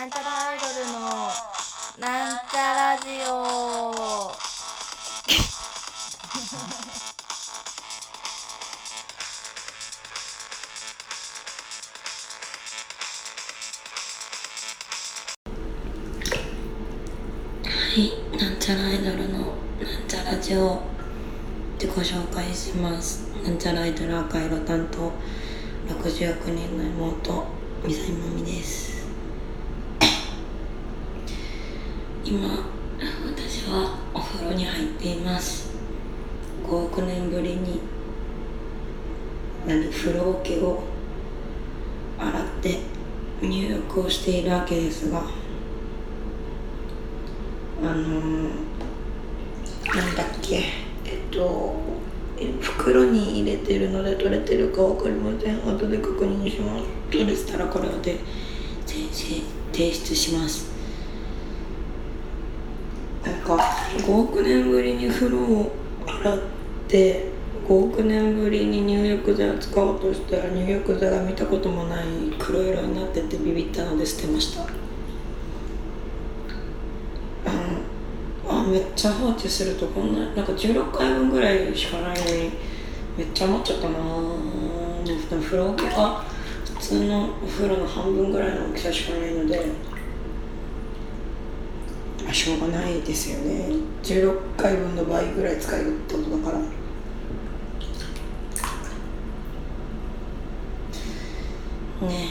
なんちゃらアイドルのなんちゃラジオ。 はい、なんちゃらアイドルのなんちゃラジオ自己紹介します。なんちゃらアイドル赤色担当60億人の妹みさいまみです。今私はお風呂に入っています。5億年ぶりに風呂桶を洗って入浴をしているわけですが、なんだっけ袋に入れてるので取れてるか分かりません。後で確認します。取れてたらこれで提出します。なんか5億年ぶりに風呂を洗って5億年ぶりに入浴剤を使おうとしたら、入浴剤が見たこともない黒色になっててビビったので捨てました。めっちゃ放置するとこんな16回分ぐらいしかないのにめっちゃ余っちゃったな。風呂桶が普通のお風呂の半分ぐらいの大きさしかないので、しょうがないですよね。16回分の倍ぐらい使えるってことだからね。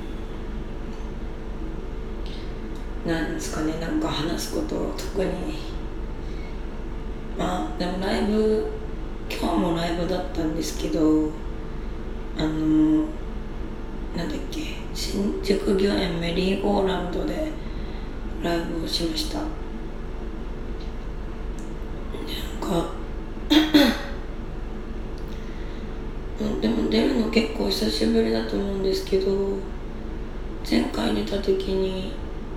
なんですかね、なんか話すこと特に。でもライブ、今日もライブだったんですけど、なんだっけ、新宿御苑メリーゴーランドでライブをしました。でも出るの結構久しぶりだと思うんですけど、前回出た時に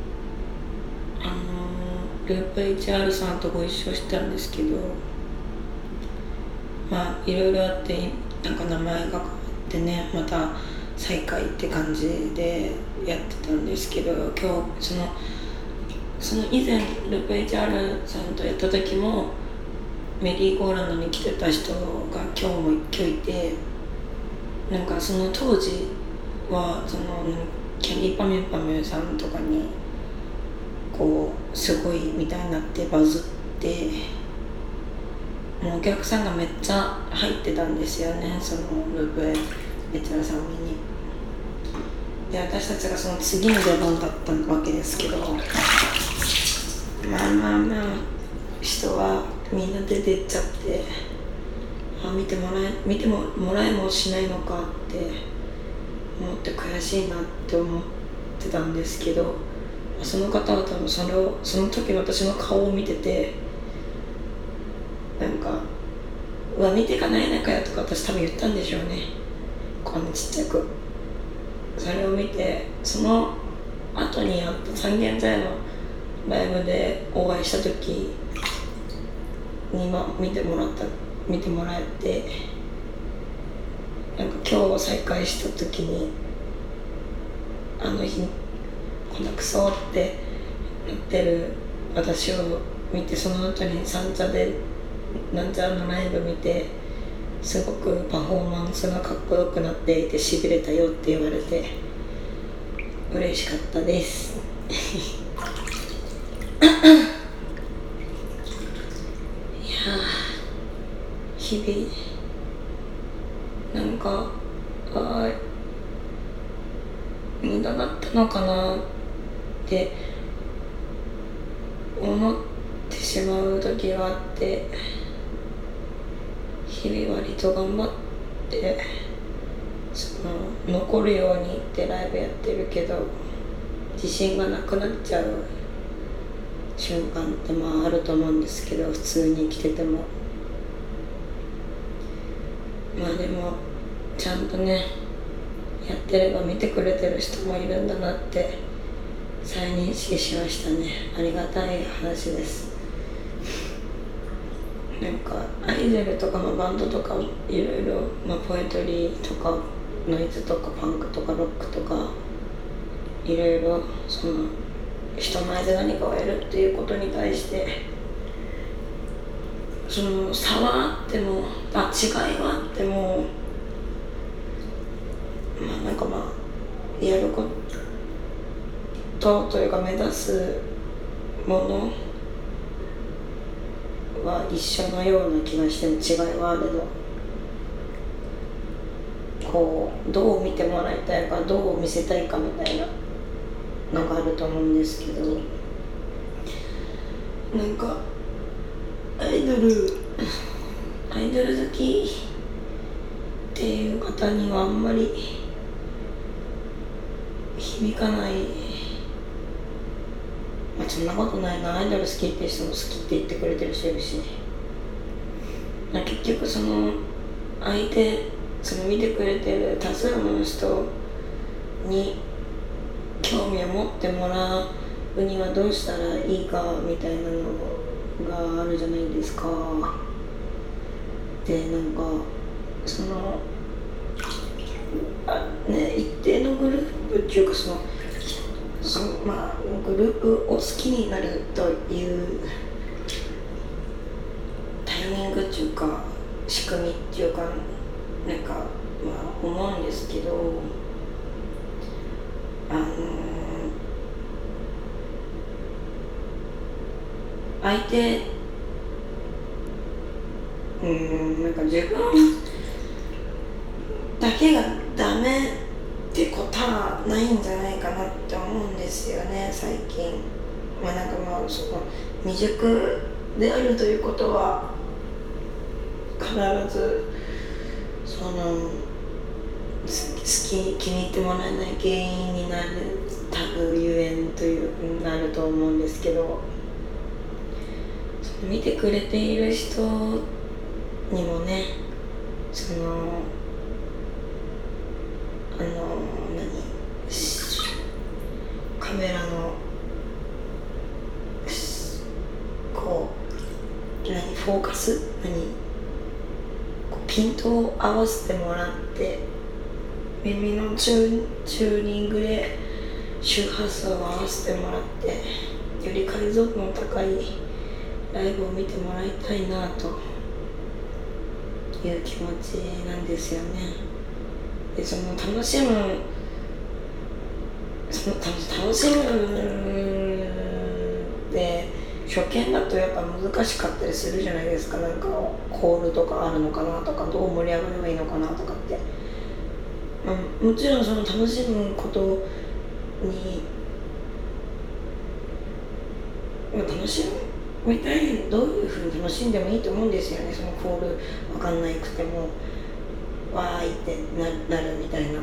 ループ HR さんとご一緒したんですけど、いろいろあって名前が変わってね、また再開って感じでやってたんですけど、今日その以前ループ HR さんとやった時もメリーゴーランドに来てた人が今日いて、その当時はキャリーパミュパミュさんとかにすごいみたいになってバズって、もうお客さんがめっちゃ入ってたんですよね、そのループエチャラさん見に。で、私たちがその次の出番だったわけですけど、人はみんな出てっちゃって、見てもらえもしないのかって思って悔しいなって思ってたんですけど、その方は多分その時私の顔を見てて、うわ見てかないのかよとか私多分言ったんでしょうね、こんなちっちゃく。それを見て、その後にやった三軒茶屋のライブでお会いした時に見てもらえて、今日再会した時にあの日こんなクソって言ってる私を見て、その後に三茶でなんちゃらのライブ見て、すごくパフォーマンスがかっこよくなっていてしびれたよって言われて嬉しかったですいや日々無駄だったのかなって思ってしまう時があって、日々割と頑張って残るようにってライブやってるけど、自信がなくなっちゃう瞬間ってあると思うんですけど、普通に生きててもでもちゃんとねやってれば見てくれてる人もいるんだなって再認識しましたね。ありがたい話です。アイドルとかバンドとかいろいろ、ポエトリーとかノイズとかパンクとかロックとかいろいろ人前で何かをやるっていうことに対してその差はあっても違いはあってもやることというか目指すものは一緒のような気がしても違いはあれどこうどう見てもらいたいかどう見せたいかみたいなのがあると思うんですけどアイドル好きっていう方にはあんまり響かないそんなことないなアイドル好きって人も好きって言ってくれてる人いるし結局その見てくれてる多数の人に興味を持ってもらうにはどうしたらいいかみたいなのがあるじゃないですか。でその一定のグループっていうかグループを好きになるというタイミングっていうか仕組みっていうか思うんですけど相手自分だけがダメってことはないんじゃないかなって思うんですよね最近。その未熟であるということは必ず気に入ってもらえない原因になるゆえんなると思うんですけど見てくれている人にもねカメラのフォーカスピントを合わせてもらって耳のチューニングで周波数を合わせてもらってより解像度の高いライブを見てもらいたいなという気持ちなんですよね。で楽しむで初見だとやっぱ難しかったりするじゃないですか。コールとかあるのかなとかどう盛り上がればいいのかなとかって、もちろん楽しむことに楽しみたいどういうふうに楽しんでもいいと思うんですよね。コール分かんなくてもわーいってなるみたいな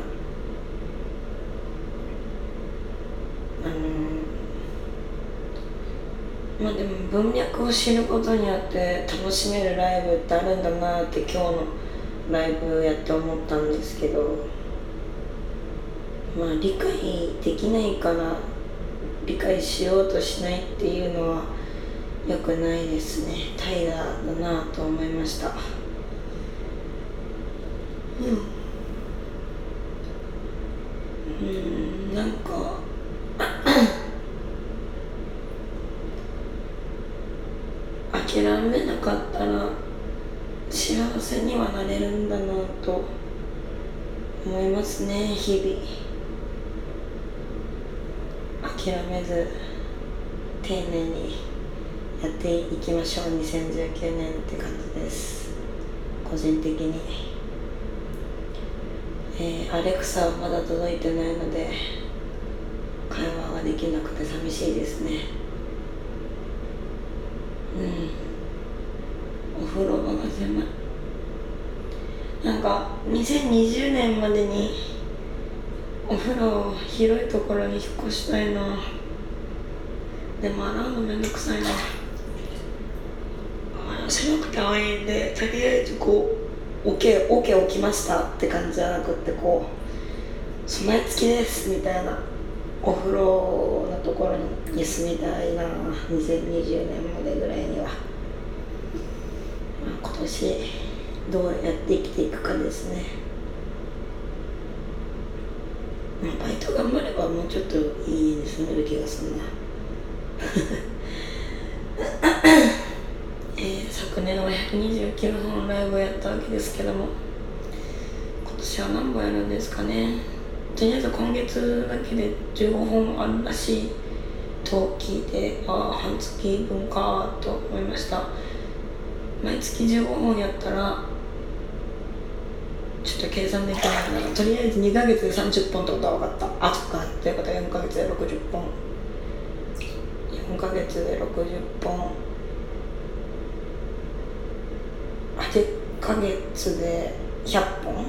でも文脈を知ることによって楽しめるライブってあるんだなって今日のライブやって思ったんですけど理解できないから理解しようとしないっていうのは良くないですね。怠惰だなと思いました。諦めなかったら幸せにはなれるんだなと思いますね。日々諦めず丁寧にやっていきましょう。2019年って感じです。個人的にアレクサはまだ届いてないので会話ができなくて寂しいですね。お風呂場が狭い。2020年までにお風呂広いところに引っ越したいな。でも洗うのめんどくさいな。狭くて可愛いんでとりあえずオケ置きましたって感じじゃなくって備え付きですみたいなお風呂のところに住みたいな。2020年までぐらいには今年どうやって生きていくかですね。バイト頑張ればもうちょっといい家に住める気がするな。 昨年は129本ライブをやったわけですけども、今年は何本やるんですかね。とりあえず今月だけで15本あるらしいと聞いて、半月分かと思いました。毎月15本やったらちょっと計算できないな。とりあえず2ヶ月で30本ってことは分かった。そっか。ということは4ヶ月で60本。4ヶ月で60本。8ヶ月で100本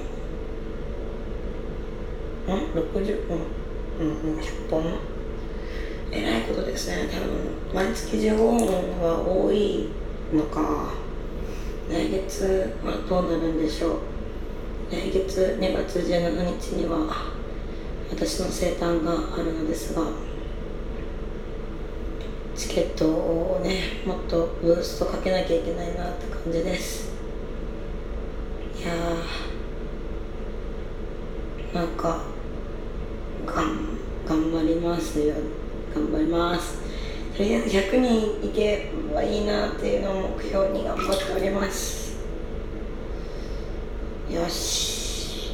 60本100本。えらいことですね。多分毎月15本は多いのか。来月はどうなるんでしょう。来月2月17日には私の生誕があるのですが、チケットをね、もっとブーストかけなきゃいけないなって感じです。いやー、なんか頑張りますよ。頑張ります。とりあえず100人いけばいいなっていうのを目標に頑張っております。よし。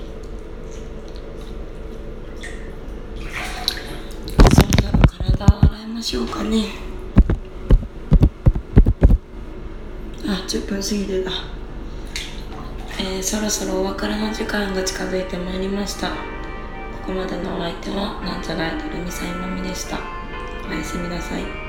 そろそろ体を洗いましょうかね。10分過ぎてた。そろそろお別れの時間が近づいてまいりました。ここまでのお相手はなんちゃらアイドルミサイマミでした。おやすみなさい。